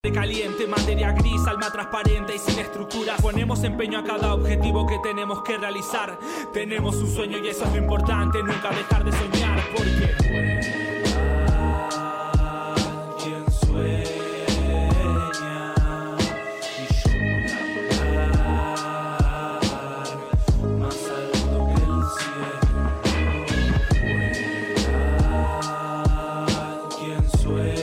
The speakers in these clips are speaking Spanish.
caliente, materia gris, alma transparente y sin estructuras. Ponemos empeño a cada objetivo que tenemos que realizar. Tenemos un sueño y eso es lo importante, nunca dejar de soñar, porque quien sueña y yo volar más alto que el cielo. Quien sueña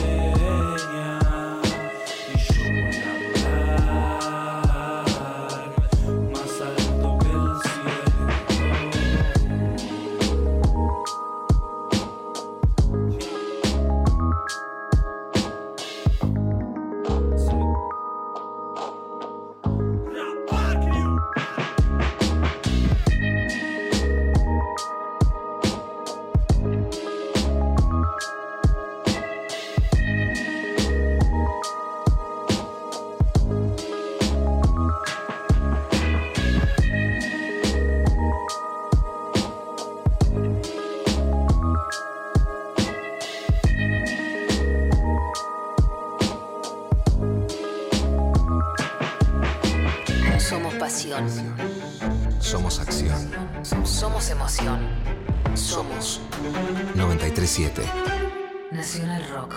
Somos pasión. Somos acción. Somos emoción. Somos 93.7 Nacional Rock.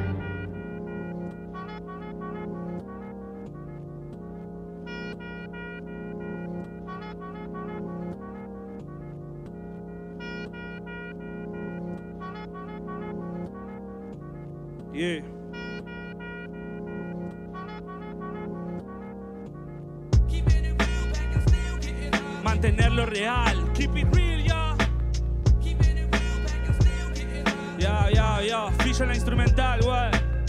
Yeah. Mantenerlo real, keep it real, ya. Ya, ficha la instrumental, wey.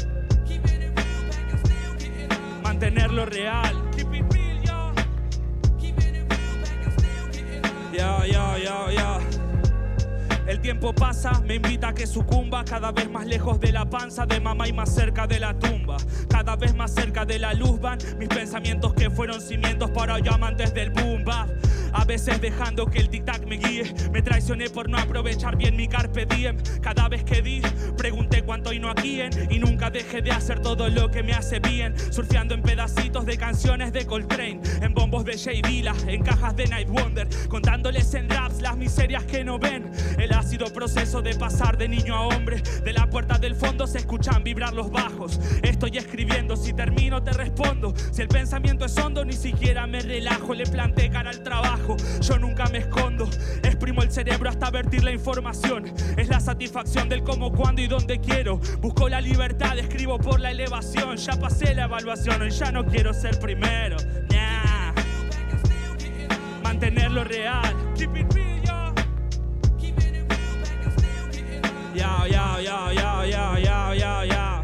Mantenerlo real, keep it real, ya. El tiempo pasa, me invita a que sucumba, cada vez más lejos de la panza de mamá y más cerca de la tumba. Cada vez más cerca de la luz van mis pensamientos que fueron cimientos para hoy amantes del boom bap. A veces dejando que el tic-tac me guíe. Me traicioné por no aprovechar bien mi carpe diem. Cada vez que di, pregunté cuánto y no a quién. Y nunca dejé de hacer todo lo que me hace bien. Surfeando en pedacitos de canciones de Coltrane, en bombos de Jay Dilla, en cajas de Night Wonder, contándoles en raps las miserias que no ven. El ácido proceso de pasar de niño a hombre. De la puerta del fondo se escuchan vibrar los bajos. Estoy escribiendo, si termino te respondo. Si el pensamiento es hondo, ni siquiera me relajo. Le planté cara al trabajo. Yo nunca me escondo, exprimo el cerebro hasta vertir la información. Es la satisfacción del cómo, cuándo y dónde quiero. Busco la libertad, escribo por la elevación. Ya pasé la evaluación, hoy ya no quiero ser primero. Nah. Mantenerlo real, keep it real, ya.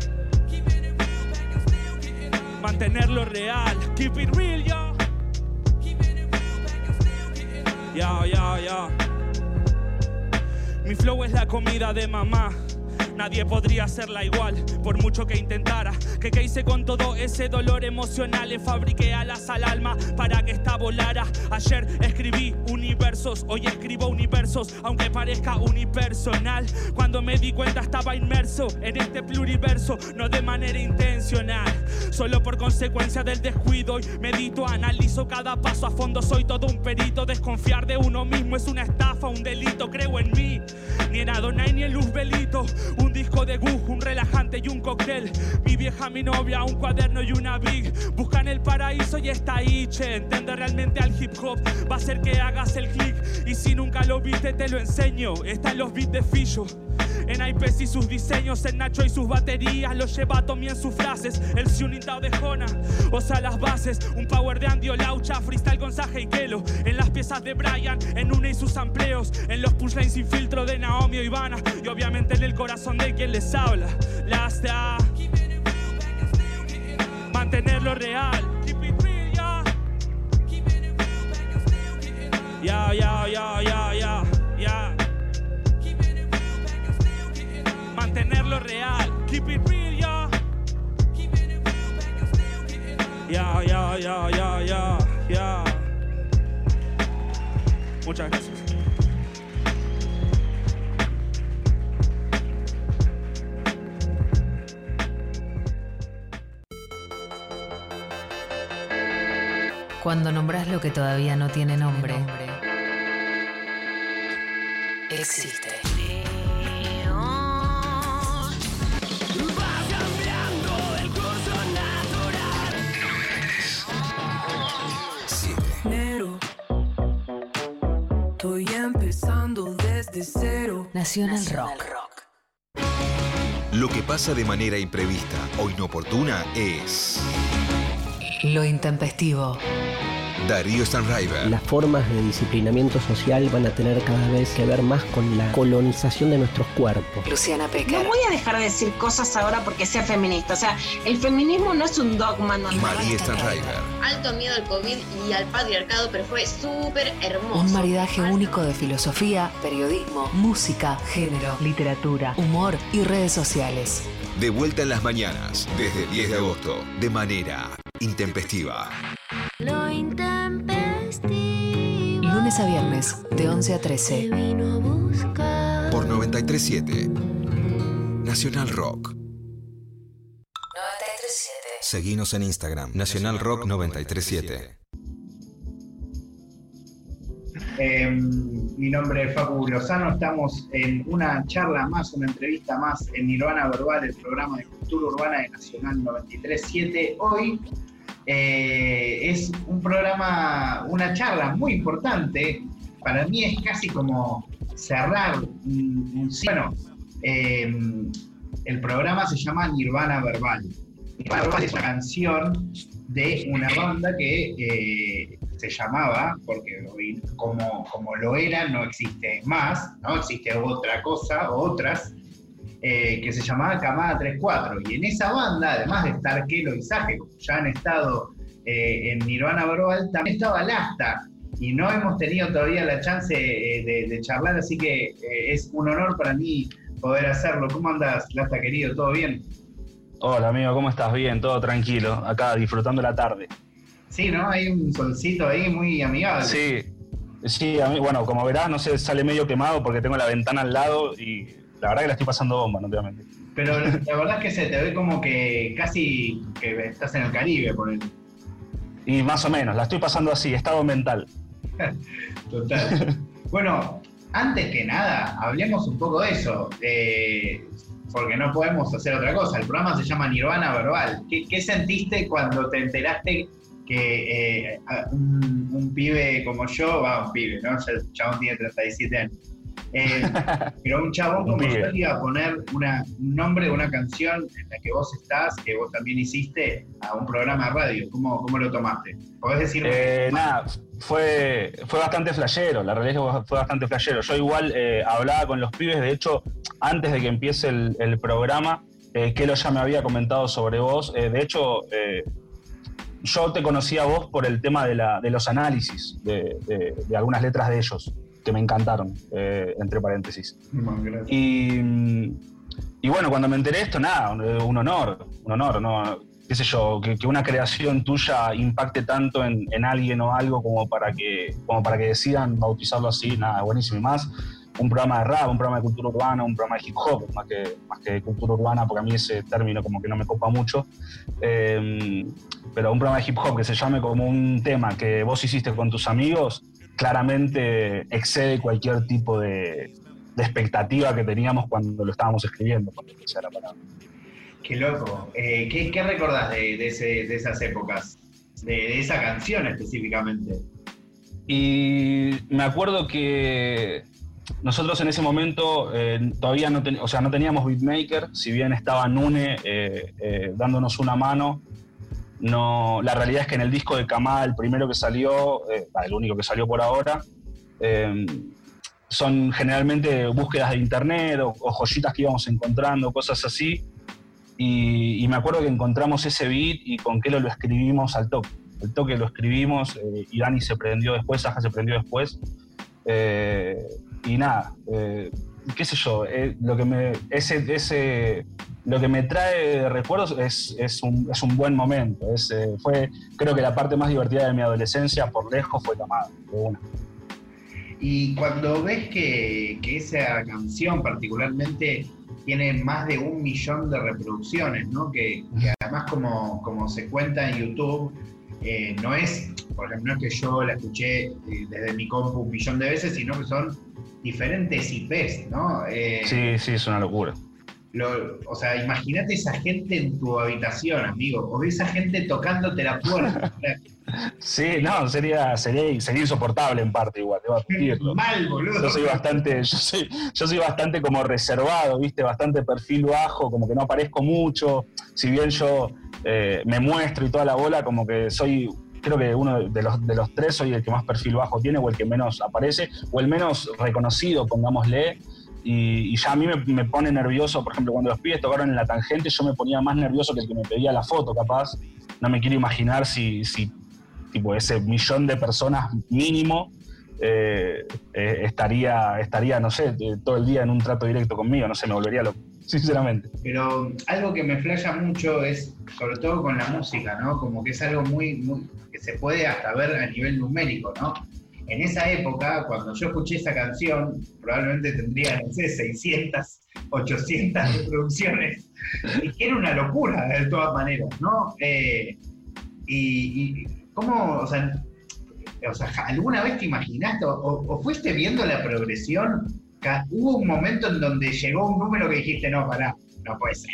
Mantenerlo real, keep it real, yo. Ya. Mi flow es la comida de mamá. Nadie podría hacerla igual, por mucho que intentara. ¿Qué hice con todo ese dolor emocional? Le fabriqué alas al alma para que esta volara. Ayer escribí universos, hoy escribo universos, aunque parezca unipersonal. Cuando me di cuenta estaba inmerso en este pluriverso, no de manera intencional, solo por consecuencia del descuido. Y medito, analizo cada paso a fondo, soy todo un perito. Desconfiar de uno mismo es una estafa, un delito. Creo en mí, ni en Adonai ni en Luzbelito. Un disco de Gu, un relajante y un cóctel. Mi vieja, mi novia, un cuaderno y una big. Buscan el paraíso y está ahí, che. Entender realmente al hip hop va a hacer que hagas el click. Y si nunca lo viste te lo enseño. Están los beats de Fillo, en IPs y sus diseños, en Nacho y sus baterías. Los lleva Tommy en sus frases, el Sunintao de Jona, o sea las bases. Un power de Andy Olaucha, freestyle con Saje y Kelo. En las piezas de Brian, en Una y sus amplios. En los pushlines sin filtro de Naomi o Ivana. Y obviamente en el corazón de quien les habla. Lasta. Mantenerlo real. Keep it real, ya. Mantenerlo real. Keep it real, ya. Muchas gracias. Cuando nombrás lo que todavía no tiene nombre, existe. Estoy empezando desde cero. Nacional Rock. Lo que pasa de manera imprevista o inoportuna es Lo intempestivo. Darío Stanraiver. Las formas de disciplinamiento social van a tener cada vez que ver más con la colonización de nuestros cuerpos. Luciana No Pecker. voy a dejar de decir cosas ahora porque sea feminista. O sea, el feminismo no es un dogma, no. María Stanraiver. Alto miedo al COVID y al patriarcado, pero fue súper hermoso. Un maridaje único de filosofía, periodismo, música, género, literatura, humor y redes sociales. De vuelta en las mañanas, desde el 10 de agosto, de manera intempestiva. Lo intempestivo. Lunes a viernes, de 11 a 13. Te vino a buscar. Por 93.7 Nacional Rock. 93.7. Seguinos en Instagram, Nacional Rock 93.7. Mi nombre es Facu Lozano, estamos en una charla más, una entrevista más en Nirvana Verbal, el programa de cultura urbana de Nacional 93.7. Hoy es un programa, una charla muy importante. Para mí es casi como cerrar un ciclo. El programa se llama Nirvana Verbal. Nirvana Verbal es una canción de una banda que se llamaba, porque hoy como lo era no existe más, ¿no? Existe otra cosa, otras, que se llamaba Camada 3-4. Y en esa banda, además de estar Kelo y Sage, como ya han estado en Nirvana Verbal, también estaba Lasta. Y no hemos tenido todavía la chance de charlar, así que es un honor para mí poder hacerlo. ¿Cómo andas, Lasta, querido? ¿Todo bien? Hola, amigo, ¿cómo estás? Bien, todo tranquilo. Acá disfrutando la tarde. Sí, ¿no? Hay un solcito ahí muy amigable. Sí, a mí, bueno, como verás, no sé, sale medio quemado porque tengo la ventana al lado y la verdad que la estoy pasando bomba, no te voy a mentir. Pero la verdad es que se te ve como que casi que estás en el Caribe, por el... Y más o menos, la estoy pasando así, estado mental. Total. Bueno, antes que nada, hablemos un poco de eso, porque no podemos hacer otra cosa. El programa se llama Nirvana Verbal. ¿Qué sentiste cuando te enteraste que un pibe como yo, un pibe, ¿no? Ya el chabón tiene 37 años. Pero un chabón como yo iba a poner un nombre de una canción en la que vos estás, que vos también hiciste, a un programa de radio. ¿Cómo lo tomaste? ¿Podés decirme? Nada, fue bastante flashero, la realidad es que fue bastante flashero. Yo igual hablaba con los pibes, de hecho, antes de que empiece el programa, Kelo ya me había comentado sobre vos. De hecho, yo te conocí a vos por el tema de los análisis de algunas letras de ellos, que me encantaron, entre paréntesis. Y bueno, cuando me enteré de esto, nada, un honor, ¿no? Qué sé yo, que una creación tuya impacte tanto en alguien o algo como para que decidan bautizarlo así, nada, buenísimo. Y más, un programa de rap, un programa de cultura urbana, un programa de hip hop, más que cultura urbana, porque a mí ese término como que no me copa mucho. Pero un programa de hip hop que se llame como un tema que vos hiciste con tus amigos, claramente excede cualquier tipo de expectativa que teníamos cuando lo estábamos escribiendo, cuando empecé la palabra. Qué loco. ¿Qué recordás de esas épocas? De esa canción específicamente. Y me acuerdo que nosotros en ese momento todavía no teníamos beatmaker, si bien estaba Nune dándonos una mano. No, la realidad es que en el disco de Camada, el primero que salió, el único que salió por ahora, son generalmente búsquedas de internet o joyitas que íbamos encontrando, cosas así. Y me acuerdo que encontramos ese beat y con Kelo lo escribimos al toque. El toque lo escribimos y Dani se prendió después, Saja se prendió después. Y nada, qué sé yo, lo que me trae de recuerdos es un buen momento. Fue, creo que la parte más divertida de mi adolescencia, por lejos, fue Camada, de una. Y cuando ves que esa canción particularmente tiene más de 1 millón de reproducciones, ¿no? Que además como se cuenta en YouTube, no es, por ejemplo, no es que yo la escuché desde mi compu un millón de veces, sino que son diferentes IPs, ¿no? Sí, es una locura. O sea, imagínate esa gente en tu habitación, amigo, o esa gente tocándote la puerta. Sí, no, sería insoportable en parte igual, debo admitirlo. Mal, boludo. Yo soy bastante como reservado, ¿viste? Bastante perfil bajo, como que no aparezco mucho. Si bien yo me muestro y toda la bola, como que soy, creo que uno de los tres soy el que más perfil bajo tiene, o el que menos aparece, o el menos reconocido, pongámosle. Y ya a mí me pone nervioso, por ejemplo, cuando los pibes tocaron en La Tangente, yo me ponía más nervioso que el que me pedía la foto, capaz. No me quiero imaginar si tipo ese millón de personas mínimo estaría, no sé, todo el día en un trato directo conmigo, no sé, me volvería loco, sinceramente. Pero algo que me flasha mucho es, sobre todo con la música, ¿no? Como que es algo muy que se puede hasta ver a nivel numérico, ¿no? En esa época, cuando yo escuché esa canción, probablemente tendría, no sé, 600, 800 reproducciones. Y que era una locura, de todas maneras, ¿no? Y ¿cómo, o sea, alguna vez te imaginaste o fuiste viendo la progresión? Hubo un momento en donde llegó un número que dijiste, no, pará, no puede ser.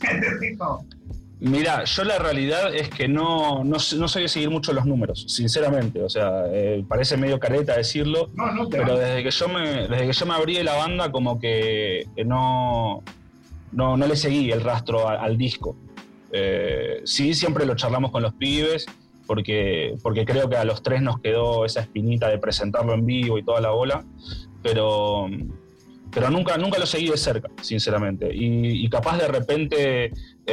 Mira, yo la realidad es que no soy de seguir mucho los números, sinceramente. O sea, parece medio careta decirlo, pero desde que yo me abrí de la banda, como que no le seguí el rastro al disco. Sí, siempre lo charlamos con los pibes, porque creo que a los tres nos quedó esa espinita de presentarlo en vivo y toda la bola, pero nunca lo seguí de cerca, sinceramente. Y capaz de repente,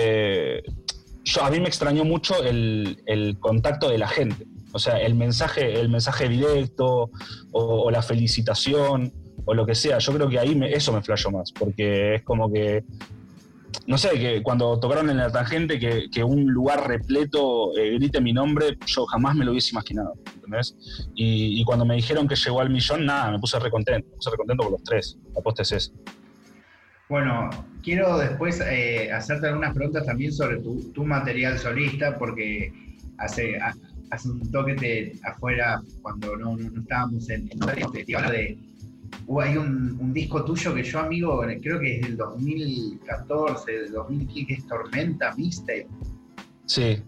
a mí me extrañó mucho el contacto de la gente. O sea, el mensaje directo o la felicitación o lo que sea. Yo creo que ahí eso me flashó más, porque es como que, no sé, que cuando tocaron en La Tangente, que un lugar repleto grite mi nombre, yo jamás me lo hubiese imaginado, ¿entendés? Y cuando me dijeron que llegó al millón, nada, me puse recontento por los tres. La posta es esa. Bueno, quiero después hacerte algunas preguntas también sobre tu material solista, porque hace un toque afuera, cuando no estábamos en hay un disco tuyo que yo, amigo, creo que es del 2014, del 2015, que es Tormenta Mixtape. Sí,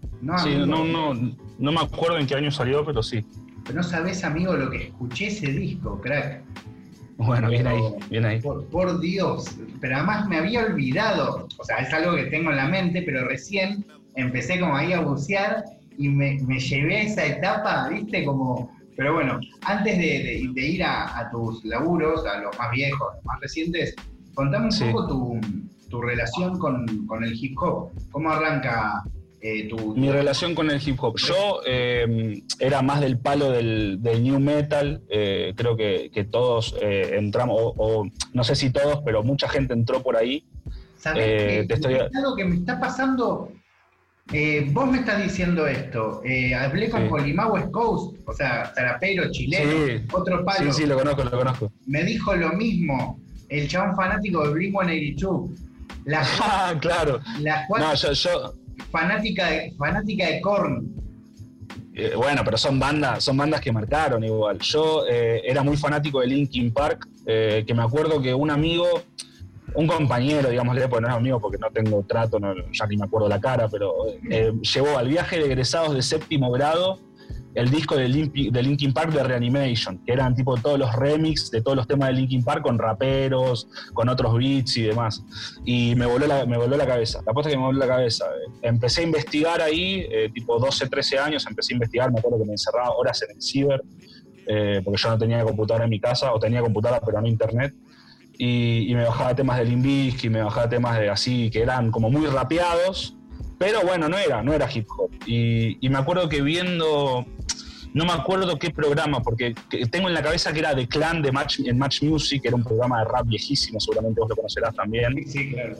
no me acuerdo en qué año salió, pero sí. Pero no sabés, amigo, lo que escuché ese disco, crack. Bueno, bien ahí. Por Dios, pero además me había olvidado, o sea, es algo que tengo en la mente, pero recién empecé como ahí a bucear y me llevé a esa etapa, ¿viste? Como... Pero bueno, antes de ir a tus laburos, a los más viejos, a los más recientes, contame un poco tu relación con el hip hop. ¿Cómo arranca mi relación con el hip hop? Yo era más del palo del new metal. Creo que todos entramos, o no sé si todos, pero mucha gente entró por ahí. ¿Sabés algo que me está pasando? Vos me estás diciendo esto, hablé con Polimá West Coast, o sea, trapero chileno, otro palo. Sí, lo conozco. Me dijo lo mismo, el chabón fanático de Blink-182. Claro. Yo fanática de Korn. Bueno, pero son bandas que marcaron igual. Yo era muy fanático de Linkin Park, que me acuerdo que un amigo, un compañero, digámosle, porque no es amigo porque no tengo trato, ya ni me acuerdo la cara, pero llevó al viaje de egresados de 7º grado el disco de Linkin Park de Reanimation, que eran tipo todos los remix de todos los temas de Linkin Park con raperos, con otros beats y demás. Y me voló la cabeza, la apuesta que me voló la cabeza. Empecé a investigar ahí, tipo 12, 13 años, empecé a investigar, me acuerdo que me encerraba horas en el ciber, porque yo no tenía computadora en mi casa, o tenía computadora pero no internet. Y me bajaba temas de Limp Bizkit, me bajaba temas de así que eran como muy rapeados, pero bueno, no era hip hop. Y me acuerdo que viendo, no me acuerdo qué programa, porque tengo en la cabeza que era The Clan en Match Music, que era un programa de rap viejísimo, seguramente vos lo conocerás también. Sí, claro.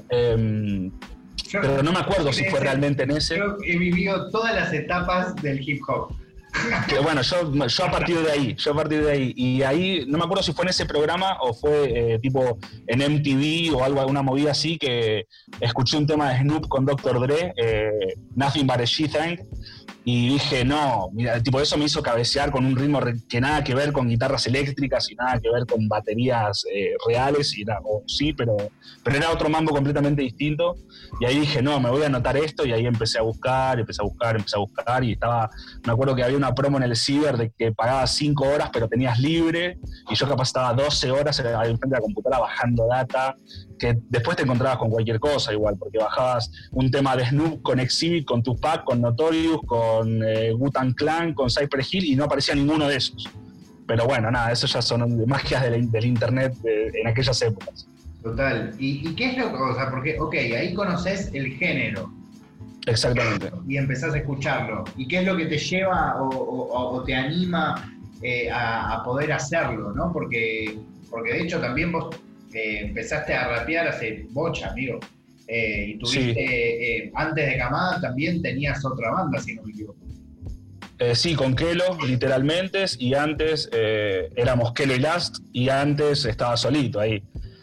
Pero no me acuerdo si fue realmente en ese. Yo he vivido todas las etapas del hip hop. Que bueno, yo a partir de ahí, y ahí no me acuerdo si fue en ese programa o fue tipo en MTV o alguna movida así, que escuché un tema de Snoop con Dr. Dre, Nothing But a She Thing, Y dije, no, mira, tipo, eso me hizo cabecear con un ritmo que nada que ver con guitarras eléctricas y nada que ver con baterías reales, sí, pero era otro mambo completamente distinto. Y ahí dije, no, me voy a anotar esto, y ahí empecé a buscar, y me acuerdo que había una promo en el ciber de que pagabas 5 horas, pero tenías libre, y yo capaz estaba 12 horas enfrente de la computadora bajando data, que después te encontrabas con cualquier cosa igual, porque bajabas un tema de Snoop con Exhibit, con Tupac, con Notorious, con Wu-Tang Clan, con Cypress Hill, y no aparecía ninguno de esos. Pero bueno, nada, eso ya son magias del internet en aquellas épocas. Total. ¿Y qué es lo que, o sea, porque, ok, ahí conoces el género. Exactamente. Y empezás a escucharlo. ¿Y qué es lo que te lleva o te anima a poder hacerlo, ¿no? Porque de hecho también vos empezaste a rapear hace bocha, amigo. Y tuviste, antes de Camada también tenías otra banda, si no me equivoco. Sí, con Kelo, literalmente, y antes éramos Kelo y Last, y antes estaba solito ahí.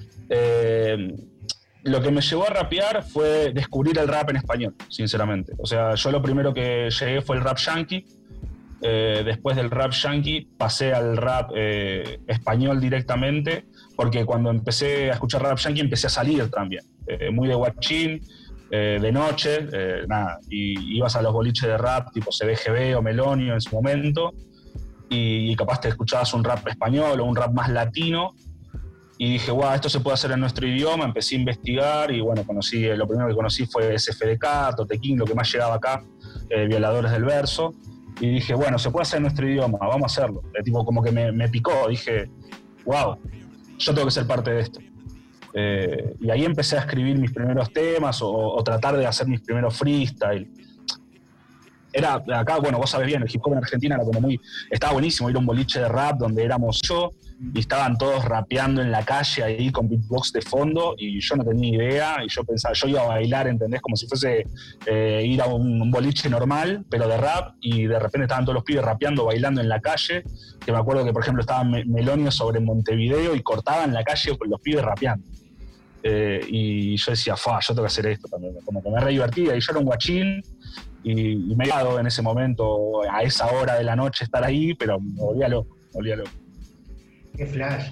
Lo que me llevó a rapear fue descubrir el rap en español, sinceramente. O sea, yo lo primero que llegué fue el rap yankee. Después del rap yankee pasé al rap español directamente, porque cuando empecé a escuchar rap yankee empecé a salir también, muy de guachín, de noche, y ibas a los boliches de rap tipo CBGB o Melonio en su momento, y capaz te escuchabas un rap español o un rap más latino, y dije, wow, esto se puede hacer en nuestro idioma. Empecé a investigar y bueno, lo primero que conocí fue SFDK, Tote King, lo que más llegaba acá, Violadores del Verso. Y dije, bueno, se puede hacer en nuestro idioma, vamos a hacerlo. Tipo, como que me picó, dije, wow, yo tengo que ser parte de esto. Y ahí empecé a escribir mis primeros temas o tratar de hacer mis primeros freestyle. Era acá, bueno, vos sabés bien, el hip hop en Argentina era como estaba buenísimo ir a un boliche de rap donde éramos yo, y estaban todos rapeando en la calle ahí con beatbox de fondo, y yo no tenía idea, y yo pensaba, yo iba a bailar, ¿entendés? Como si fuese ir a un boliche normal, pero de rap, y de repente estaban todos los pibes rapeando, bailando en la calle, que me acuerdo que, por ejemplo, estaba Melonio sobre Montevideo y cortaban la calle con los pibes rapeando. Y yo decía, yo tengo que hacer esto también, como que me re divertía, y yo era un guachín, y me he dado en ese momento, a esa hora de la noche, estar ahí, pero me volvía loco. Qué flash.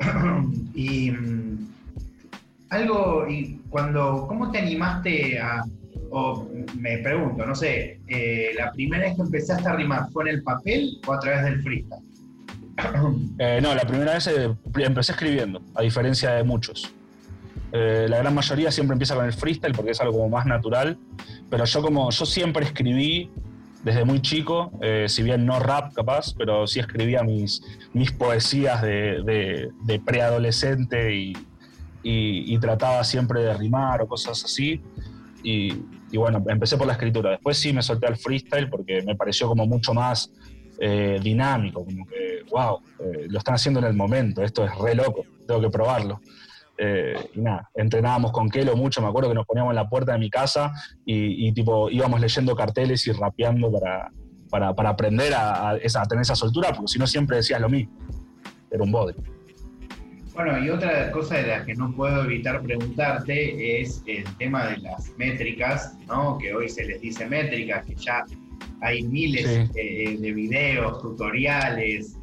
¿Cómo te animaste me pregunto, no sé, la primera vez que empezaste a rimar, ¿fue en el papel o a través del freestyle? No, la primera vez empecé escribiendo, a diferencia de muchos. La gran mayoría siempre empieza con el freestyle porque es algo como más natural, pero yo siempre escribí desde muy chico, si bien no rap capaz, pero sí escribía mis poesías de preadolescente y trataba siempre de rimar o cosas así, y bueno, empecé por la escritura. Después sí me solté al freestyle porque me pareció como mucho más dinámico, como que wow, lo están haciendo en el momento, esto es re loco, tengo que probarlo. Y nada, entrenábamos con Kelo mucho, me acuerdo que nos poníamos en la puerta de mi casa y tipo íbamos leyendo carteles y rapeando para aprender a tener esa soltura, porque si no siempre decías lo mismo, era un bodrio. Bueno, y otra cosa de la que no puedo evitar preguntarte es el tema de las métricas, ¿no? Que hoy se les dice métricas, que ya hay miles de videos, tutoriales,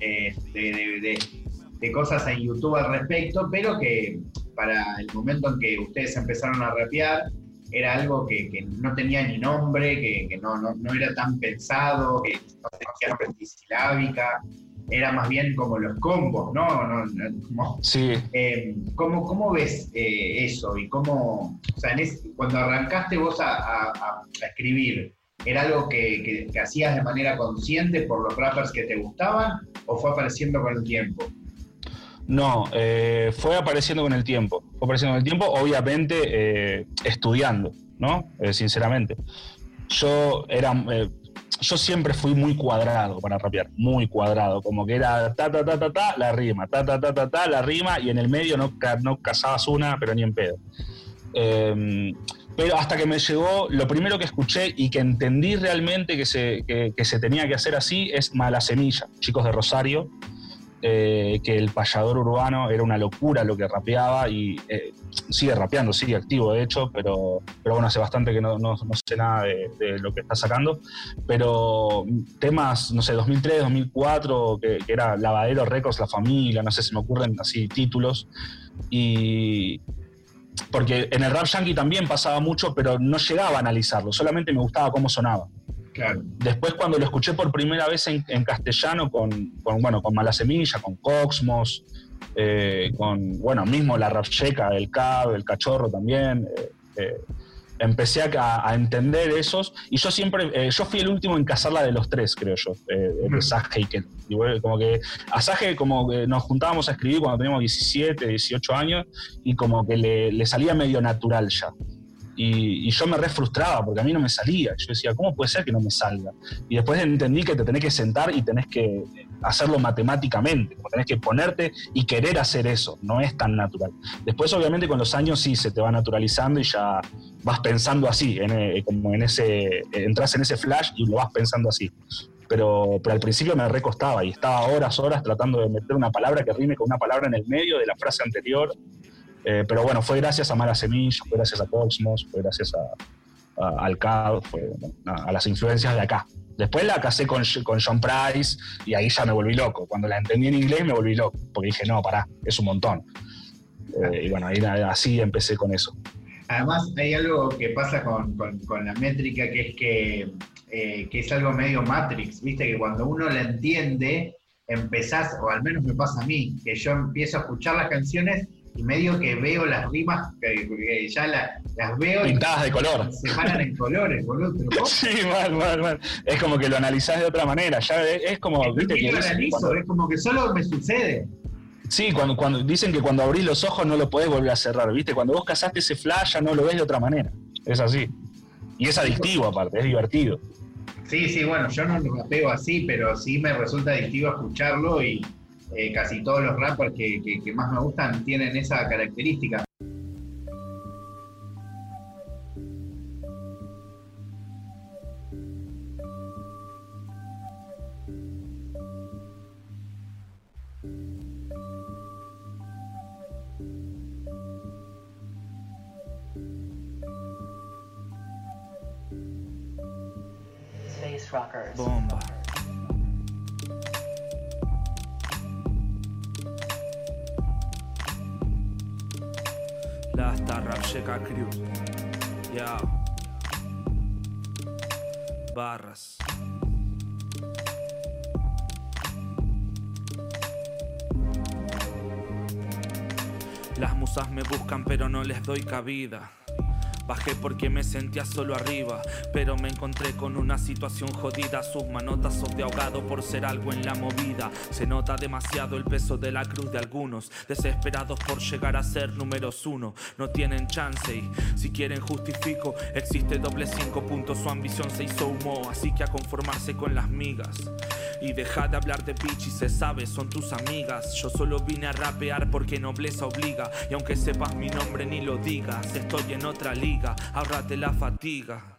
de cosas en YouTube al respecto, pero que para el momento en que ustedes empezaron a rapear era algo que no tenía ni nombre, que no era tan pensado, que no se hacía pentasilábica, era más bien como los combos, ¿no? Sí. ¿Cómo ves eso? Y cómo, o sea, cuando arrancaste vos a escribir, ¿era algo que hacías de manera consciente por los rappers que te gustaban o fue apareciendo con el tiempo? No, fue apareciendo con el tiempo. Obviamente estudiando, ¿no? Sinceramente. Yo siempre fui muy cuadrado para rapear, muy cuadrado, como que era la rima, la rima, y en el medio no cazabas una, pero ni en pedo. Pero hasta que me llegó, lo primero que escuché y que entendí realmente que se tenía que hacer así es Mala Semilla, chicos de Rosario. que el payador urbano era una locura lo que rapeaba y sigue rapeando, sigue activo de hecho, pero bueno, hace bastante que no sé nada de lo que está sacando. Pero temas, no sé, 2003, 2004, que era Lavadero Records, La Familia, no sé, se me ocurren así títulos. Y porque en el rap yankee también pasaba mucho, pero no llegaba a analizarlo, solamente me gustaba cómo sonaba. Claro. Después, cuando lo escuché por primera vez en castellano, con Mala Semilla, con Cosmos, con mismo la rap checa, el Cab, el Cachorro también, empecé a entender esos, y yo siempre, yo fui el último en cazarla de los tres, creo yo, de Saje y Ken. Y bueno, como que a Saje como que nos juntábamos a escribir cuando teníamos 17, 18 años, y como que le salía medio natural ya. Y yo me re frustraba porque a mí no me salía. Yo decía, ¿cómo puede ser que no me salga? Y después entendí que te tenés que sentar y tenés que hacerlo matemáticamente, como tenés que ponerte y querer hacer eso, no es tan natural. Después obviamente con los años sí se te va naturalizando y ya vas pensando así, como en ese, entras en ese flash y lo vas pensando así. Pero al principio me recostaba y estaba horas tratando de meter una palabra que rime con una palabra en el medio de la frase anterior. Pero bueno, fue gracias a Mala Semilla, fue gracias a Cosmos, fue gracias al CAD, a las influencias de acá. Después la casé con John Price y ahí ya me volví loco. Cuando la entendí en inglés me volví loco, porque dije, no, pará, es un montón. Y bueno, ahí así empecé con eso. Además hay algo que pasa con la métrica, que es que es algo medio Matrix, viste, que cuando uno la entiende, empezás, o al menos me pasa a mí, que yo empiezo a escuchar las canciones y medio que veo las rimas, que ya las veo pintadas de color. Se paran en colores, boludo. Sí, mal. Es como que lo analizás de otra manera. Ya es como, viste, que lo analizo, es como que solo me sucede. Sí, cuando dicen que cuando abrís los ojos no lo podés volver a cerrar, viste. Cuando vos cazaste ese flash ya no lo ves de otra manera. Es así. Y es adictivo aparte, es divertido. Sí, bueno, yo no lo rapeo así, pero sí me resulta adictivo escucharlo y casi todos los rappers que más me gustan tienen esa característica. Space Rockers. Bomba. Hasta Rap Checa Crew. Ya. Barras. Las musas me buscan pero no les doy cabida. Bajé porque me sentía solo arriba, pero me encontré con una situación jodida. Sus manotazos de ahogado por ser algo en la movida. Se nota demasiado el peso de la cruz de algunos, desesperados por llegar a ser números uno. No tienen chance y si quieren justifico. Existe doble 5 puntos, su ambición se hizo humo. Así que a conformarse con las migas. Y deja de hablar de bitch y se sabe, son tus amigas. Yo solo vine a rapear porque nobleza obliga. Y aunque sepas mi nombre ni lo digas, estoy en otra liga, ahórrate la fatiga.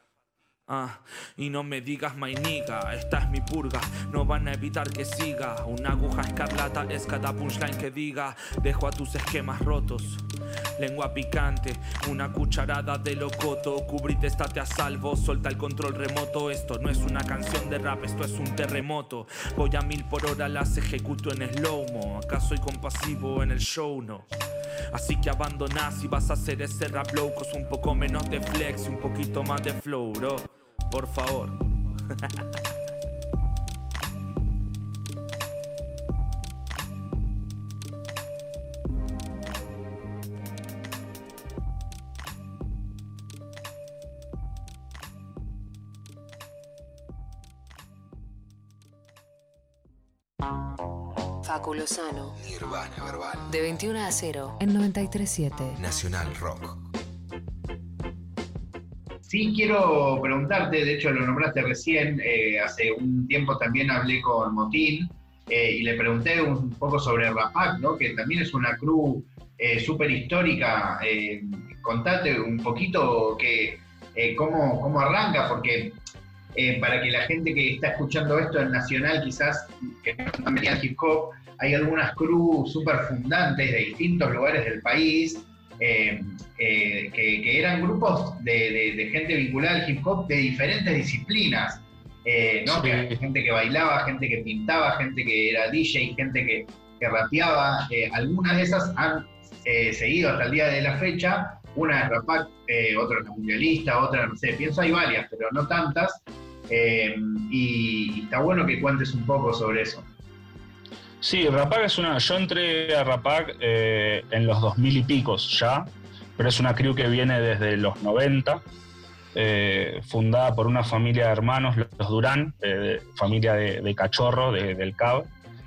Y no me digas my nigga, esta es mi purga. No van a evitar que siga. Una aguja escarlata es cada punchline que diga. Dejo a tus esquemas rotos. Lengua picante, una cucharada de locoto. Cubrite, estate a salvo, solta el control remoto. Esto no es una canción de rap, esto es un terremoto. Voy a 1000 por hora, las ejecuto en slow-mo. Acá soy compasivo en el show, no. Así que abandonás y vas a hacer ese rap locos. Un poco menos de flex y un poquito más de flow, bro. Por favor. Facu Lozano. Nirvana Verbal. De 21 a 0 en 93.7. Nacional Rock. Sí, quiero preguntarte, de hecho lo nombraste recién, hace un tiempo también hablé con Motín y le pregunté un poco sobre Rapac, ¿no? Que también es una crew súper histórica. Contate un poquito cómo arranca, porque para que la gente que está escuchando esto en Nacional, quizás que no están metidas en hip hop, hay algunas crews súper fundantes de distintos lugares del país, que eran grupos de gente vinculada al hip hop de diferentes disciplinas, ¿no? Sí. Que gente que bailaba, gente que pintaba, gente que era DJ, gente que rapeaba. Algunas de esas han seguido hasta el día de la fecha. Una es Rapac, otra es la Mundialista, otra, no sé, pienso hay varias, pero no tantas. Y está bueno que cuentes un poco sobre eso. Sí, Rapac es una... Yo entré a Rapac en los 2000 y picos ya, pero es una crew que viene desde los 90, fundada por una familia de hermanos, los Durán, familia de Cachorro, del CAB.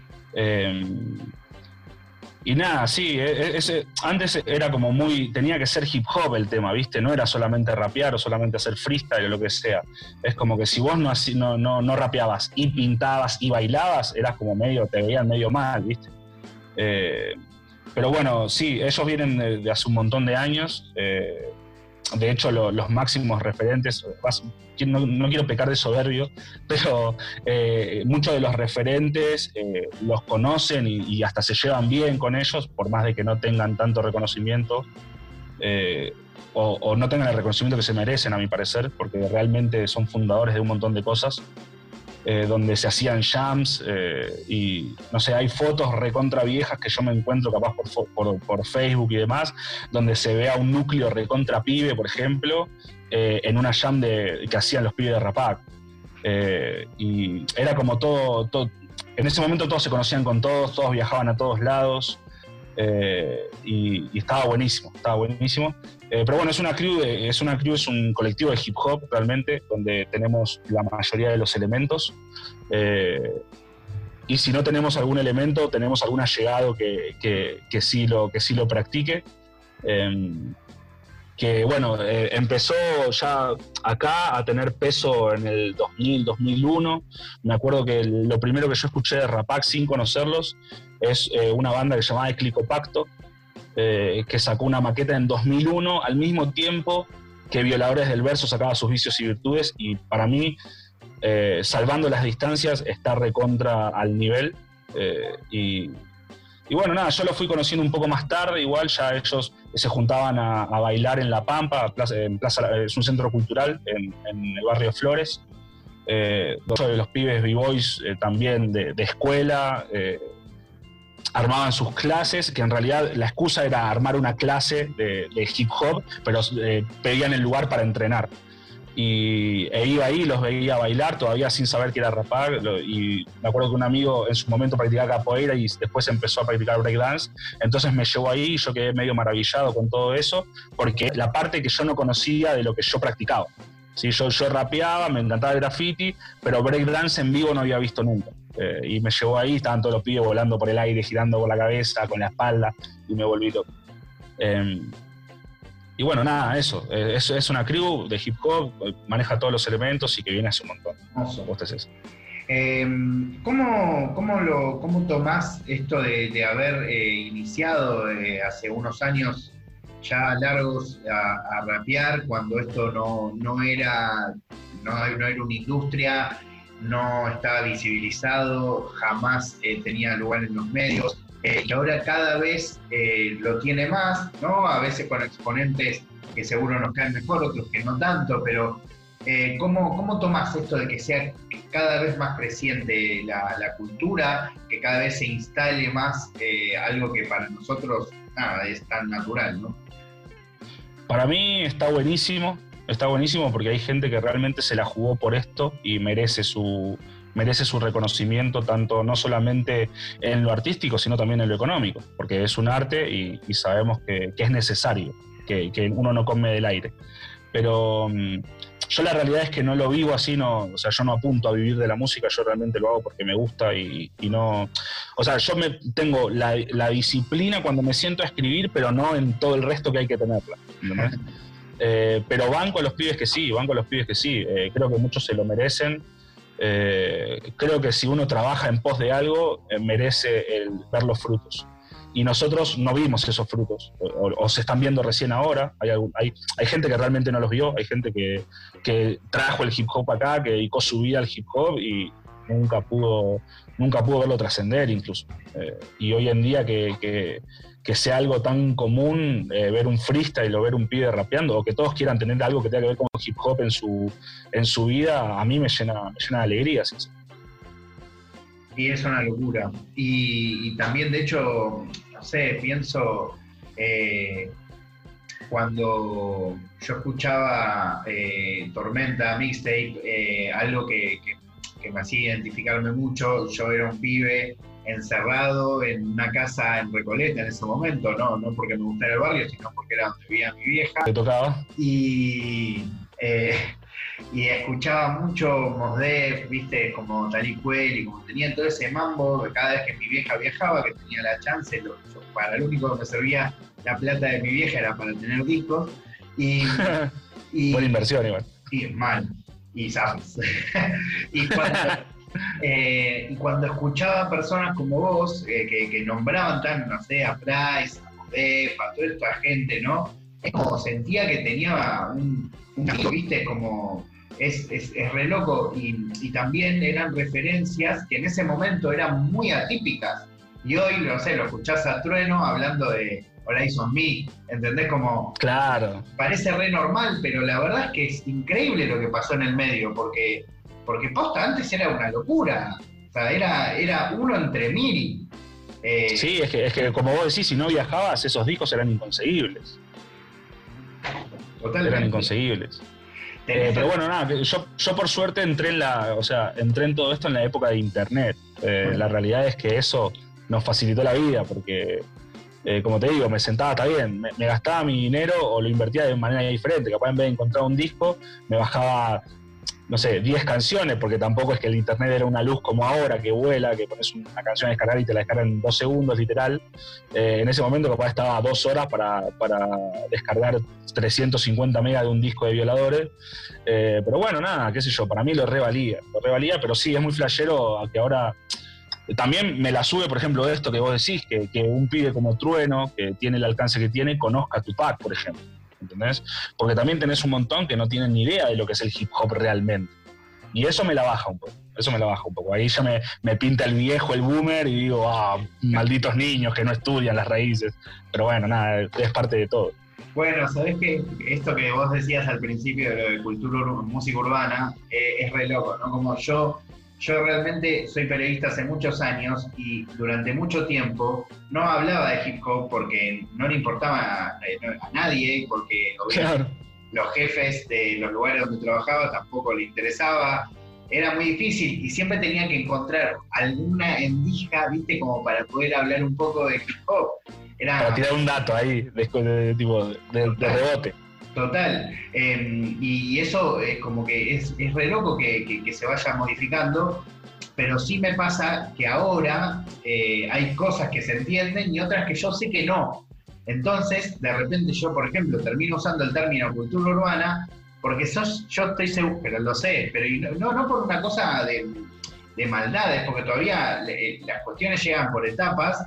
Y nada, sí, antes era como tenía que ser hip hop el tema, ¿viste? No era solamente rapear o solamente hacer freestyle o lo que sea. Es como que si vos no rapeabas y pintabas y bailabas, eras como te veían medio mal, ¿viste? Pero bueno, sí, ellos vienen de hace un montón de años. De hecho, los máximos referentes, no quiero pecar de soberbio, pero muchos de los referentes los conocen y hasta se llevan bien con ellos, por más de que no tengan tanto reconocimiento o no tengan el reconocimiento que se merecen, a mi parecer, porque realmente son fundadores de un montón de cosas, donde se hacían jams y no sé, hay fotos recontra viejas que yo me encuentro capaz por Facebook y demás, donde se ve a un núcleo recontra pibe, por ejemplo, en una jam que hacían los pibes de Rapac. Y era como todo, en ese momento todos se conocían con todos viajaban a todos lados, y estaba buenísimo. Pero bueno, es un colectivo de hip hop realmente, donde tenemos la mayoría de los elementos. Y si no tenemos algún elemento, tenemos algún allegado que sí lo practique. Que bueno, empezó ya acá a tener peso en el 2000, 2001. Me acuerdo que lo primero que yo escuché de Rapac sin conocerlos es una banda que se llamaba Eclicopacto, que sacó una maqueta en 2001, al mismo tiempo que Violadores del Verso sacaba Sus Vicios y Virtudes, y para mí, salvando las distancias, está recontra al nivel. Y bueno, nada, yo lo fui conociendo un poco más tarde, igual ya ellos se juntaban a bailar en La Pampa, es un centro cultural en el barrio Flores. Dos de los pibes b-boys también de escuela, armaban sus clases, que en realidad la excusa era armar una clase de hip hop, pero pedían el lugar para entrenar. Iba ahí, los veía bailar, todavía sin saber que era Rapac, y me acuerdo que un amigo en su momento practicaba capoeira y después empezó a practicar breakdance, entonces me llevó ahí y yo quedé medio maravillado con todo eso, porque la parte que yo no conocía de lo que yo practicaba. ¿Sí? Yo rapeaba, me encantaba el graffiti, pero breakdance en vivo no había visto nunca. Y me llevó ahí, estaban todos los pibes volando por el aire, girando por la cabeza, con la espalda, y me volví loco. Y bueno, nada, eso. Es una crew de hip hop, maneja todos los elementos y que viene hace un montón. ¿Cómo tomás esto de haber iniciado hace unos años ya largos a rapear, cuando esto no era una industria, no estaba visibilizado, jamás tenía lugar en los medios? Y ahora cada vez lo tiene más, ¿no? A veces con exponentes que seguro nos caen mejor, otros que no tanto, pero ¿cómo tomás esto de que sea cada vez más creciente la cultura, que cada vez se instale más algo que para nosotros es tan natural, ¿no? Para mí está buenísimo porque hay gente que realmente se la jugó por esto y merece su reconocimiento, tanto no solamente en lo artístico, sino también en lo económico, porque es un arte y sabemos que es necesario, que uno no come del aire. Pero yo la realidad es que no lo vivo así, yo no apunto a vivir de la música, yo realmente lo hago porque me gusta y no... O sea, yo tengo la disciplina cuando me siento a escribir, pero no en todo el resto que hay que tenerla, ¿entendés? Pero banco a los pibes que sí, creo que muchos se lo merecen. Creo que si uno trabaja en pos de algo, merece ver los frutos. y nosotros no vimos esos frutos, o se están viendo recién ahora. Hay gente que realmente no los vio, hay gente que trajo el hip hop acá, que dedicó su vida al hip hop y nunca pudo verlo trascender incluso. Y hoy en día que sea algo tan común, ver un freestyle o ver un pibe rapeando, o que todos quieran tener algo que tenga que ver con hip hop en su vida, a mí me llena de alegría. ¿Sí? Y es una locura. Y también, de hecho, no sé, pienso, cuando yo escuchaba Tormenta Mixtape, algo que me hacía identificarme mucho, yo era un pibe encerrado en una casa en Recoleta en ese momento, no porque me gustara el barrio, sino porque era donde vivía mi vieja. ¿Te tocaba? Y escuchaba mucho Mos Def, viste, como Talicuel, y como tenía todo ese mambo, cada vez que mi vieja viajaba, que tenía la chance, para lo único que me servía la plata de mi vieja era para tener discos. Y buena inversión igual. Y mal, y sabes. Y cuando escuchaba personas como vos, que nombraban tan, no sé, a Price, a Mos Def, a toda esta gente, ¿no? Es como sentía que tenía un amigo, ¿viste? Como es re loco. Y también eran referencias que en ese momento eran muy atípicas. Y hoy, no sé, lo escuchás a Trueno hablando de Horizon Me, ¿entendés? Como, claro, parece re normal, pero la verdad es que es increíble lo que pasó en el medio, porque posta antes era una locura. O sea, era uno entre mil. Sí, es que como vos decís, si no viajabas, esos discos eran inconseguibles. Totalmente. Eran inconseguibles. Pero bueno, nada, yo por suerte entré en todo esto en la época de internet. La realidad es que eso nos facilitó la vida, porque como te digo, me sentaba, está bien, me gastaba mi dinero o lo invertía de manera diferente. Capaz en vez de encontrar un disco, me bajaba, no sé, 10 canciones, porque tampoco es que el internet era una luz como ahora, que vuela, que pones una canción a descargar y te la descargan en 2 segundos, literal. En ese momento capaz estaba 2 horas para descargar 350 megas de un disco de Violadores. Pero bueno, nada, qué sé yo, para mí lo revalía, pero sí, es muy flashero que ahora... También me la sube, por ejemplo, esto que vos decís, que un pibe como Trueno, que tiene el alcance que tiene, conozca a Tupac, por ejemplo. ¿Entendés? Porque también tenés un montón que no tienen ni idea de lo que es el hip hop realmente. Y eso me la baja un poco. Ahí ya me pinta el viejo, el boomer, y digo, malditos niños que no estudian las raíces. Pero bueno, nada, es parte de todo. Bueno, sabés que esto que vos decías al principio de lo de música urbana, es re loco, ¿no? Como yo realmente soy periodista hace muchos años y durante mucho tiempo no hablaba de hip hop porque no le importaba a nadie, porque claro, los jefes de los lugares donde trabajaba tampoco le interesaba. Era muy difícil y siempre tenía que encontrar alguna endija, viste, como para poder hablar un poco de hip hop. Para tirar un dato ahí, de rebote. Total, y eso es como que es re loco que se vaya modificando, pero sí me pasa que ahora hay cosas que se entienden y otras que yo sé que no. Entonces, de repente yo, por ejemplo, termino usando el término cultura urbana porque yo estoy seguro, pero lo sé, pero no por una cosa de maldades, porque todavía las cuestiones llegan por etapas.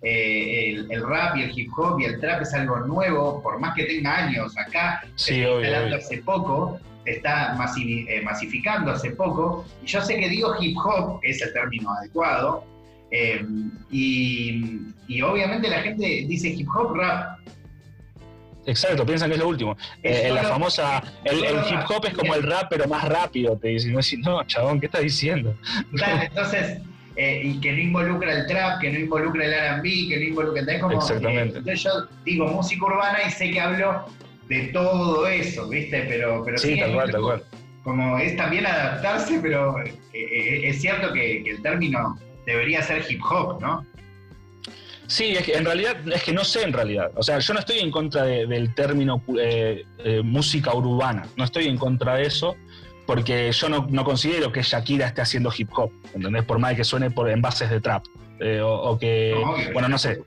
El rap y el hip hop y el trap es algo nuevo, por más que tenga años. Acá sí, se está instalando hace poco, se está masificando hace poco, y yo sé que digo hip hop, es el término adecuado, y obviamente la gente dice hip hop, rap. Exacto, piensan que es lo último. La famosa, el hip hop es como el rap, pero más rápido, te dicen. No, chabón, ¿qué estás diciendo? Entonces... y que no involucra el trap, que no involucra el R&B, que no involucra... Exactamente. Entonces yo digo música urbana y sé que hablo de todo eso, ¿viste? Pero sí, tal cual. Como es también adaptarse, pero es cierto que el término debería ser hip hop, ¿no? Sí, es que en realidad, no sé en realidad. O sea, yo no estoy en contra del término música urbana, no estoy en contra de eso, porque yo no considero que Shakira esté haciendo hip hop, ¿entendés? Por más que suene en bases de trap. O que, bueno, no sé,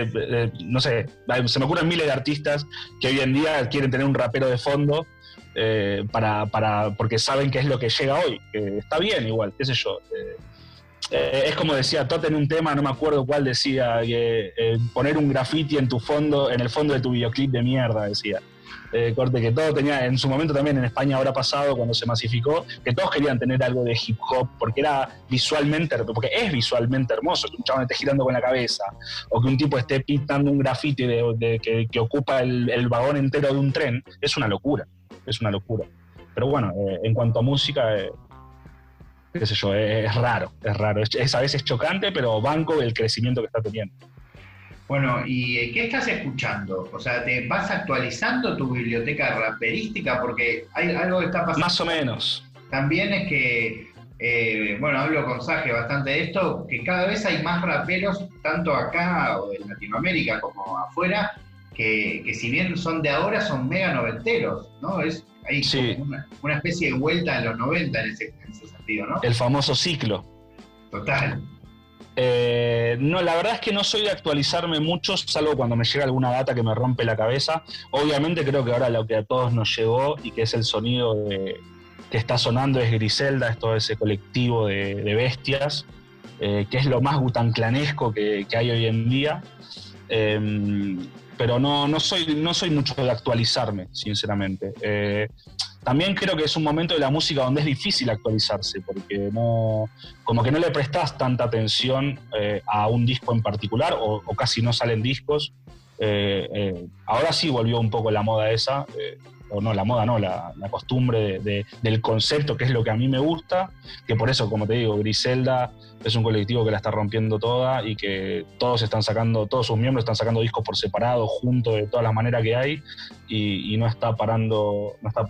se me ocurren miles de artistas que hoy en día quieren tener un rapero de fondo porque saben que es lo que llega hoy, que está bien igual, qué sé yo. Es como decía Tote en un tema, no me acuerdo cuál, decía que poner un graffiti en el fondo de tu videoclip de mierda, decía. Corte que todo tenía, en su momento también en España habrá pasado cuando se masificó, que todos querían tener algo de hip hop, porque es visualmente hermoso que un chabón esté girando con la cabeza, o que un tipo esté pintando un graffiti que ocupa el vagón entero de un tren. Es una locura. Pero bueno, en cuanto a música, qué sé yo, es raro. Es a veces chocante, pero banco el crecimiento que está teniendo. Bueno, ¿y qué estás escuchando? O sea, ¿te vas actualizando tu biblioteca raperística? Porque hay algo que está pasando. Más o menos. También es que, hablo con Saje bastante de esto, que cada vez hay más raperos, tanto acá o en Latinoamérica como afuera, que si bien son de ahora, son mega noventeros, ¿no? Hay sí. Como una especie de vuelta en los 90 en ese sentido, ¿no? El famoso ciclo. Total. No, la verdad es que no soy de actualizarme mucho, salvo cuando me llega alguna data que me rompe la cabeza. Obviamente creo que ahora lo que a todos nos llegó y que es el sonido que está sonando es Griselda, es todo ese colectivo de bestias, que es lo más gutanclanesco que hay hoy en día. Pero no soy mucho de actualizarme, sinceramente. También creo que es un momento de la música donde es difícil actualizarse, porque como que no le prestás tanta atención a un disco en particular, o casi no salen discos. Ahora sí volvió un poco la moda esa, o no, la moda no, la costumbre del concepto, que es lo que a mí me gusta, que por eso, como te digo, Griselda es un colectivo que la está rompiendo toda y que todos sus miembros están sacando discos por separado, juntos, de todas las maneras que hay, y no está parando.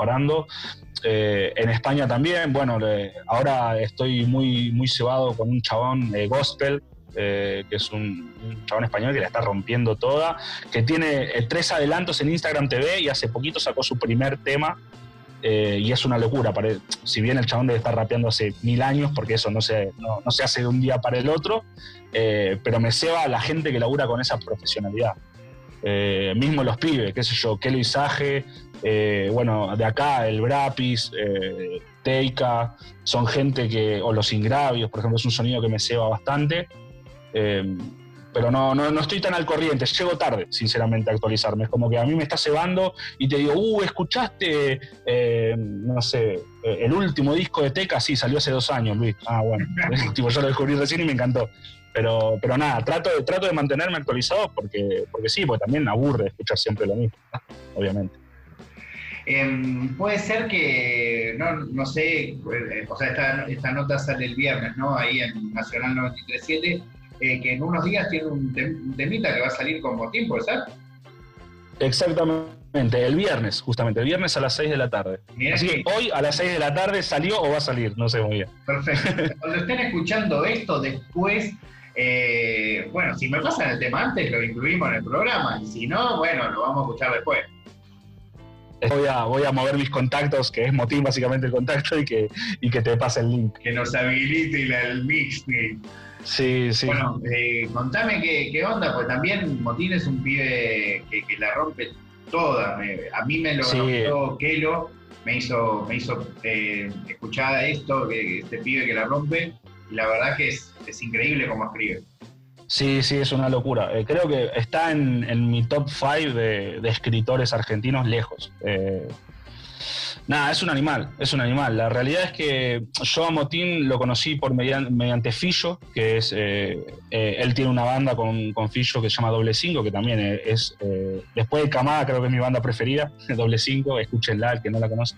En España también, ahora estoy muy, muy cebado con un chabón gospel, que es un chabón español que la está rompiendo toda, que tiene 3 adelantos en Instagram TV y hace poquito sacó su primer tema, y es una locura. Si bien el chabón debe estar rapeando hace 1000 años, porque eso no se hace de un día para el otro, pero me ceba a la gente que labura con esa profesionalidad. Mismo los pibes, qué sé yo, Kelo Isaje, de acá, el Brapis, Teika, son gente o los Ingravios, por ejemplo, es un sonido que me ceba bastante. Pero no estoy tan al corriente, llego tarde, sinceramente, a actualizarme. Es como que a mí me está cebando y te digo, ¿escuchaste, el último disco de Teca? Sí, salió hace 2 años, Luis. Bueno, yo lo descubrí recién y me encantó. Pero nada, trato de mantenerme actualizado porque sí, porque también aburre escuchar siempre lo mismo, obviamente. Puede ser que, no sé, o sea, esta nota sale el viernes, ¿no? Ahí en Nacional 93.7, que en unos días tiene un temita que va a salir con Motín, ¿puede ser? Exactamente, el viernes, justamente, el viernes a las 6 de la tarde. Mirá, así que hoy a las 6 de la tarde salió o va a salir, no sé muy bien. Perfecto. Cuando estén escuchando esto después, si me pasan el tema antes, lo incluimos en el programa, y si no, lo vamos a escuchar después. Voy a mover mis contactos, que es Motín básicamente el contacto, y que te pase el link. Que nos habilite el mixtape. Sí. Bueno, contame qué onda, pues también Motín es un pibe que la rompe toda. A mí me lo conoció Kelo, me hizo escuchar esto, que este pibe que la rompe, y la verdad que es increíble cómo escribe. Sí, es una locura. Creo que está en mi top 5 de escritores argentinos lejos. Es un animal. La realidad es que yo a Motín lo conocí mediante Fillo, que es... él tiene una banda con Fillo que se llama Doble 5, que también es... después de Camada creo que es mi banda preferida, Doble 5, escúchenla, el que no la conoce.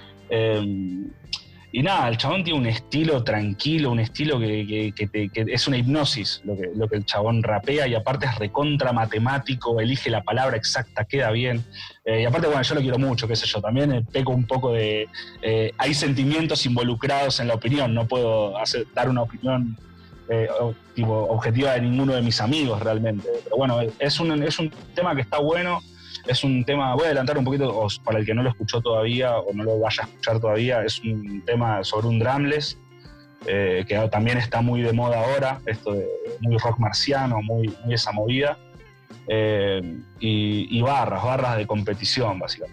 Y nada, el chabón tiene un estilo tranquilo, un estilo que es una hipnosis lo que el chabón rapea, y aparte es recontra matemático, elige la palabra exacta, queda bien. Y aparte, yo lo quiero mucho, qué sé yo, también peco un poco de... hay sentimientos involucrados en la opinión, no puedo dar una opinión objetiva de ninguno de mis amigos realmente. Pero es un tema que está bueno. Es un tema, voy a adelantar un poquito, para el que no lo escuchó todavía o no lo vaya a escuchar todavía, es un tema sobre un drumless, que también está muy de moda ahora, esto de muy rock marciano, muy esa movida, y barras de competición, básicamente.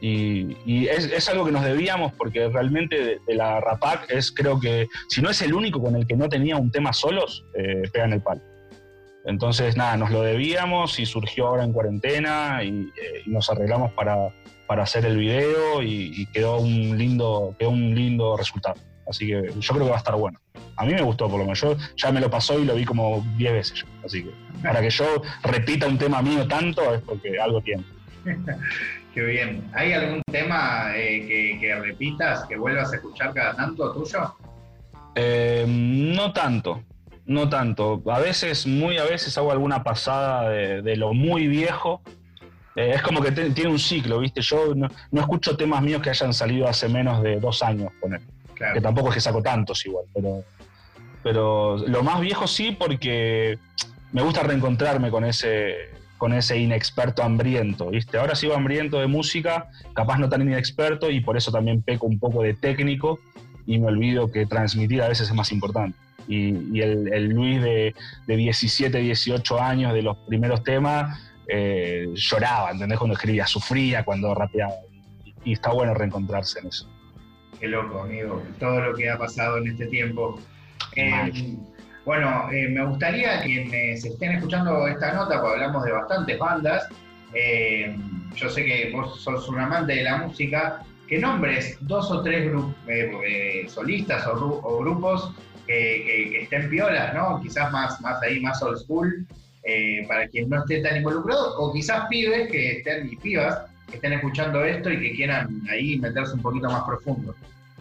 Y es algo que nos debíamos, porque realmente de la Rapac creo que, si no es el único con el que no tenía un tema solos, pega en el palo. Entonces, nada, nos lo debíamos y surgió ahora en cuarentena y nos arreglamos para hacer el video y quedó un lindo resultado. Así que yo creo que va a estar bueno. A mí me gustó, por lo menos. Yo ya me lo pasó y lo vi como 10 veces ya. Así que para que yo repita un tema mío tanto es porque algo tiene. Qué bien. ¿Hay algún tema que repitas, que vuelvas a escuchar cada tanto tuyo? No tanto. A veces hago alguna pasada de lo muy viejo. Es como que tiene un ciclo, ¿viste? Yo no escucho temas míos que hayan salido hace menos de 2 años, poner. Claro. Que tampoco es que saco tantos igual, pero lo más viejo sí, porque me gusta reencontrarme con ese inexperto hambriento, ¿viste? Ahora sigo hambriento de música, capaz no tan inexperto, y por eso también peco un poco de técnico y me olvido que transmitir a veces es más importante. Y el Luis de 17, 18 años, de los primeros temas, lloraba, ¿entendés? Cuando escribía, sufría cuando rapeaba. Y está bueno reencontrarse en eso. Qué loco, amigo, todo lo que ha pasado en este tiempo. Bueno, me gustaría que quienes estén escuchando esta nota, porque hablamos de bastantes bandas, yo sé que vos sos un amante de la música, que nombres 2 o 3 solistas o grupos que estén piolas, ¿no? Quizás más old school, para quien no esté tan involucrado, o quizás pibes y pibas que estén escuchando esto y que quieran ahí meterse un poquito más profundo.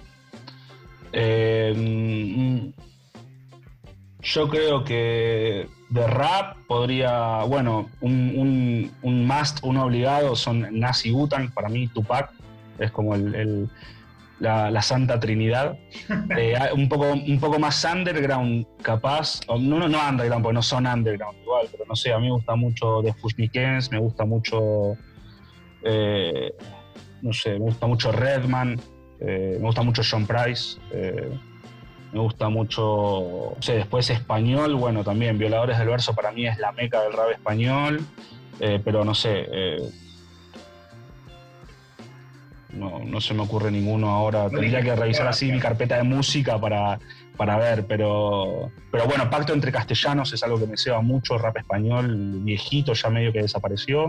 Yo creo que de rap podría, bueno, un must, un obligado son Nas y Wu-Tang. Para mí Tupac es como la Santa Trinidad. Un poco más underground, capaz, no underground, porque no son underground igual, pero no sé, a mí me gusta mucho The Fushnikens, me gusta mucho, no sé, me gusta mucho Redman, me gusta mucho John Price, me gusta mucho, no sé, después español, bueno, también Violadores del Verso para mí es la meca del rap español, pero no sé, no se me ocurre ninguno ahora. Tendría que revisar así mi carpeta de música para ver, pero bueno, Pacto entre Castellanos es algo que me ceba mucho, rap español, viejito, ya medio que desapareció.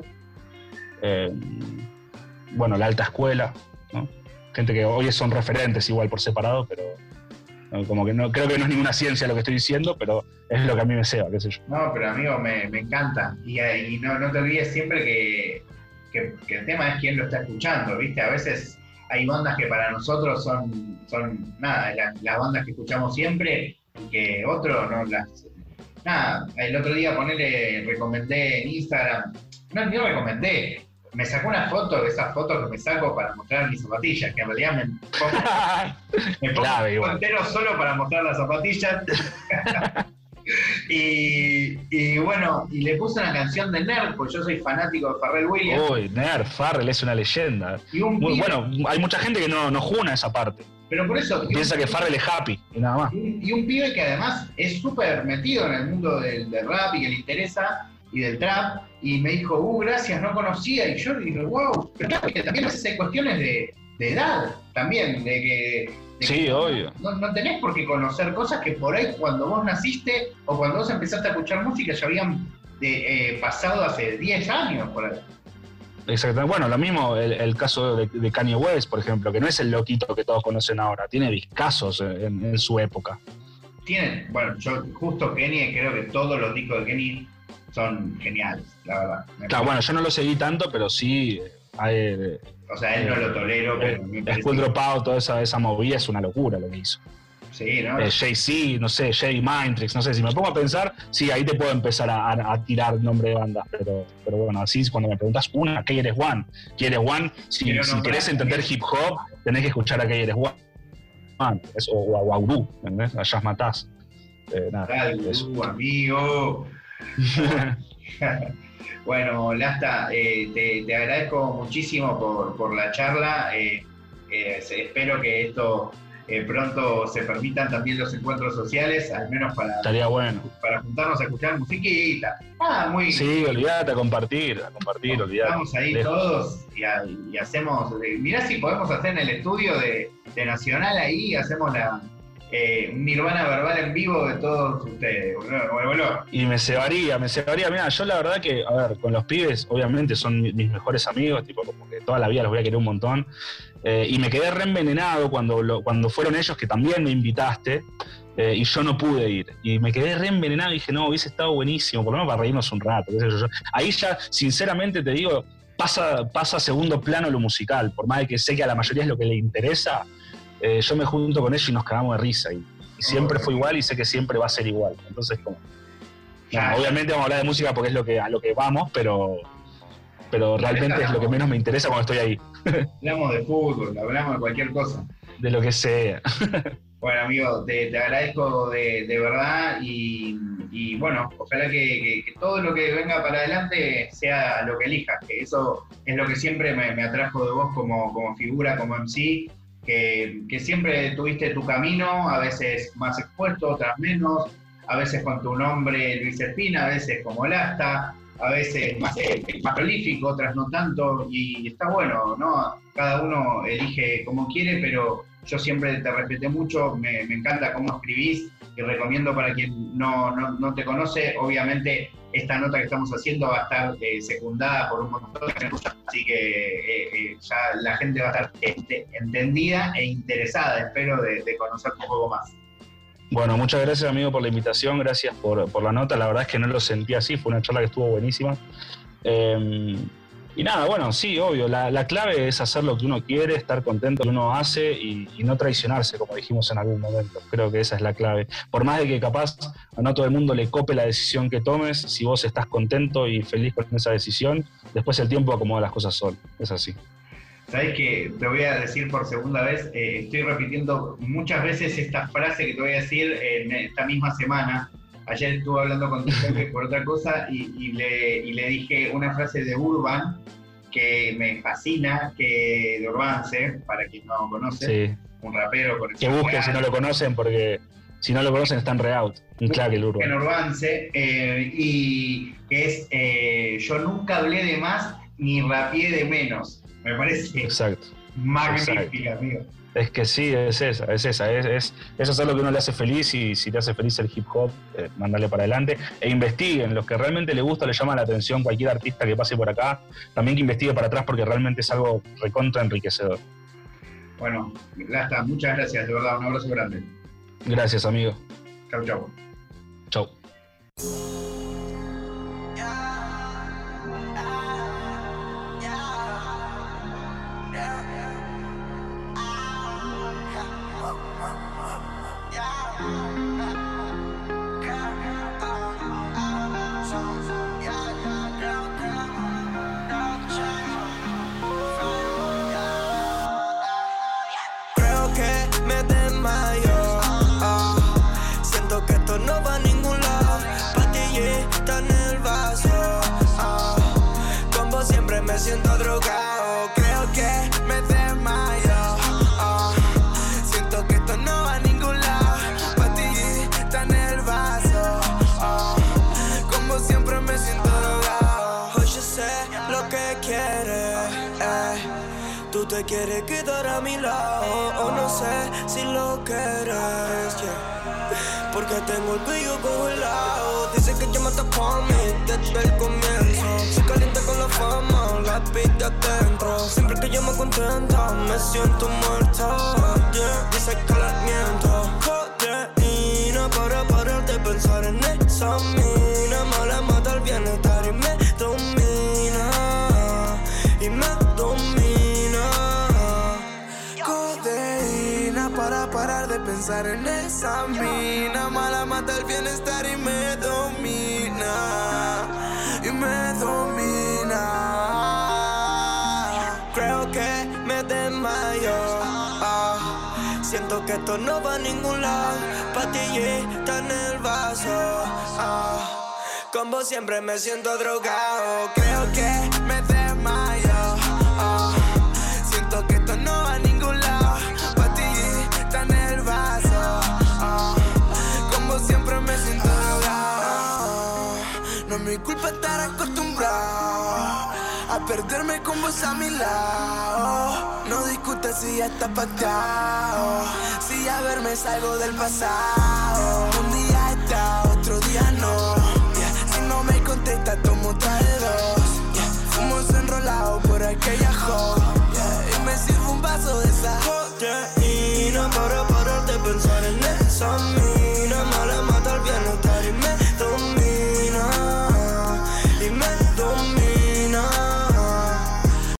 Bueno, La Alta Escuela, ¿no? Gente que hoy son referentes igual por separado, pero como que no, creo que no es ninguna ciencia lo que estoy diciendo, pero es lo que a mí me ceba, qué sé yo. No, pero amigo, me encanta. Y no te olvides siempre que el tema es quién lo está escuchando, ¿viste? A veces hay bandas que para nosotros son nada, las bandas que escuchamos siempre, y que otro no las... Nada, el otro día recomendé en Instagram, no recomendé, me sacó una foto de esas fotos que me saco para mostrar mis zapatillas, que en realidad me pongo entero solo para mostrar las zapatillas. Y bueno, y le puse una canción de Nerd, porque yo soy fanático de Pharrell Williams. Uy, Nerd, Pharrell es una leyenda. Bueno, hay mucha gente que no juna esa parte. Pero por eso... Piensa que Pharrell es happy y nada más. Y un pibe que además es súper metido en el mundo del rap y que le interesa, y del trap, y me dijo, gracias, no conocía, y yo dije, wow, pero claro que también a veces hay cuestiones de edad, también, de que sí, obvio. No tenés por qué conocer cosas que por ahí cuando vos naciste o cuando vos empezaste a escuchar música ya habían pasado hace 10 años por ahí. Exactamente. Bueno, lo mismo el caso de Kanye West, por ejemplo, que no es el loquito que todos conocen ahora, tiene discazos en su época. Bueno, yo justo Kenny, creo que todos los discos de Kenny son geniales, la verdad. Claro, bueno, yo no lo seguí tanto, pero sí... o sea, él no lo tolero, pero me parece... School Dropout, toda esa movida es una locura lo que hizo. Sí, ¿no? Jay-Z, no sé, Jay Mindrix, no sé, si me pongo a pensar, sí, ahí te puedo empezar a tirar nombre de bandas, pero bueno, así cuando me preguntas una, KRS-One, si querés entender hip hop, tenés que escuchar a KRS-One, o a Wauru, ¿entendés? A Jazz Mataz. Amigo. Bueno, Lasta, te agradezco muchísimo por la charla. Espero que esto pronto se permitan también los encuentros sociales, al menos estaría bueno. Para juntarnos a escuchar musiquita. Sí, olvídate, a compartir, olvídate. Estamos ahí todos y hacemos, mirá si podemos hacer en el estudio de Nacional ahí, hacemos un Nirvana verbal en vivo de todos ustedes, boludo. Y me cebaría. Mira, yo la verdad que, a ver, con los pibes, obviamente son mis mejores amigos, tipo, como que toda la vida los voy a querer un montón. Y me quedé reenvenenado cuando fueron ellos, que también me invitaste, y yo no pude ir. Y me quedé reenvenenado y dije, no, hubiese estado buenísimo, por lo menos para reírnos un rato. Qué sé yo. Ahí ya, sinceramente te digo, pasa a segundo plano lo musical. Por más de que sé que a la mayoría es lo que le interesa, yo me junto con ellos y nos cagamos de risa. Y siempre fue igual y sé que siempre va a ser igual. Entonces, como... Bueno, obviamente vamos a hablar de música porque es a lo que vamos, pero realmente es lo que menos me interesa cuando estoy ahí. Hablamos de fútbol, hablamos de cualquier cosa. De lo que sea. Bueno, amigo, te agradezco de verdad y bueno, ojalá que todo lo que venga para adelante sea lo que elijas, que eso es lo que siempre me atrajo de vos como figura, como MC, que siempre tuviste tu camino, a veces más expuesto, otras menos, a veces con tu nombre Luis Espina, a veces como Lasta, a veces más prolífico, otras no tanto, y está bueno, ¿no? Cada uno elige como quiere, pero yo siempre te respeté mucho, me encanta cómo escribís y recomiendo para quien no te conoce, obviamente esta nota que estamos haciendo va a estar secundada por un montón de cosas, así que ya la gente va a estar entendida e interesada, espero, de conocerte un poco más. Bueno, muchas gracias, amigo, por la invitación, gracias por la nota, la verdad es que no lo sentí así, fue una charla que estuvo buenísima. Y nada, bueno, sí, obvio, la clave es hacer lo que uno quiere, estar contento con lo que uno hace y no traicionarse, como dijimos en algún momento. Creo que esa es la clave. Por más de que capaz a no todo el mundo le cope la decisión que tomes, si vos estás contento y feliz con esa decisión, después el tiempo acomoda las cosas solo. Es así. ¿Sabés qué? Te voy a decir por segunda vez, estoy repitiendo muchas veces esta frase que te voy a decir en esta misma semana. Ayer estuve hablando con tu jefe por otra cosa y le dije una frase de Urban que me fascina, de Urbance, para quien no conoce, sí. Un rapero con que busquen si no lo conocen, porque si no lo conocen están re-out. Un claque el Urban. En Urbance, y que es yo nunca hablé de más ni rapié de menos. Me parece exacto. Magnífica, amigo. Es que sí, es esa. Es hacer lo que uno le hace feliz y si te hace feliz el hip hop, mandarle para adelante. E investiguen, los que realmente les gusta, le llama la atención cualquier artista que pase por acá, también que investigue para atrás porque realmente es algo recontra enriquecedor. Bueno, Lasta, muchas gracias, de verdad, un abrazo grande. Gracias, amigo. Chau, chau. Chau. Me siento drogado, creo que me desmayo. Siento que esto no va a ningún lado. Pastillita en el vaso. Como siempre me siento drogado. Hoy yo sé lo que quieres. Tú te quieres quedar a mi lado. O no sé si lo quieres. Porque tengo el cuello congelado. Dice que llamaste por mí desde el comienzo. Soy caliente con la fama, la pide adentro. Siempre que yo me contento, me siento muerto. Yeah. Dice que la miento. Codeína para parar de pensar en esa mina. Mala mata el bienestar y me domina. Y me domina. Codeína para parar de pensar en esa mina. Mala mata el bienestar y me domina. Y me domina. Creo que me desmayo. Siento que esto no va a ningún lado. Pastillita en el vaso. Como siempre me siento drogado. Creo que me desmayo. Siento que esto no va a ningún lado. Pastillita en el culpa estar acostumbrado a perderme con vos a mi lado. No discutas si ya está pactado, si ya verme salgo del pasado. Un día está, otro día no, si no me contesta tomo otra de dos. Fuimos enrolados por aquella joda.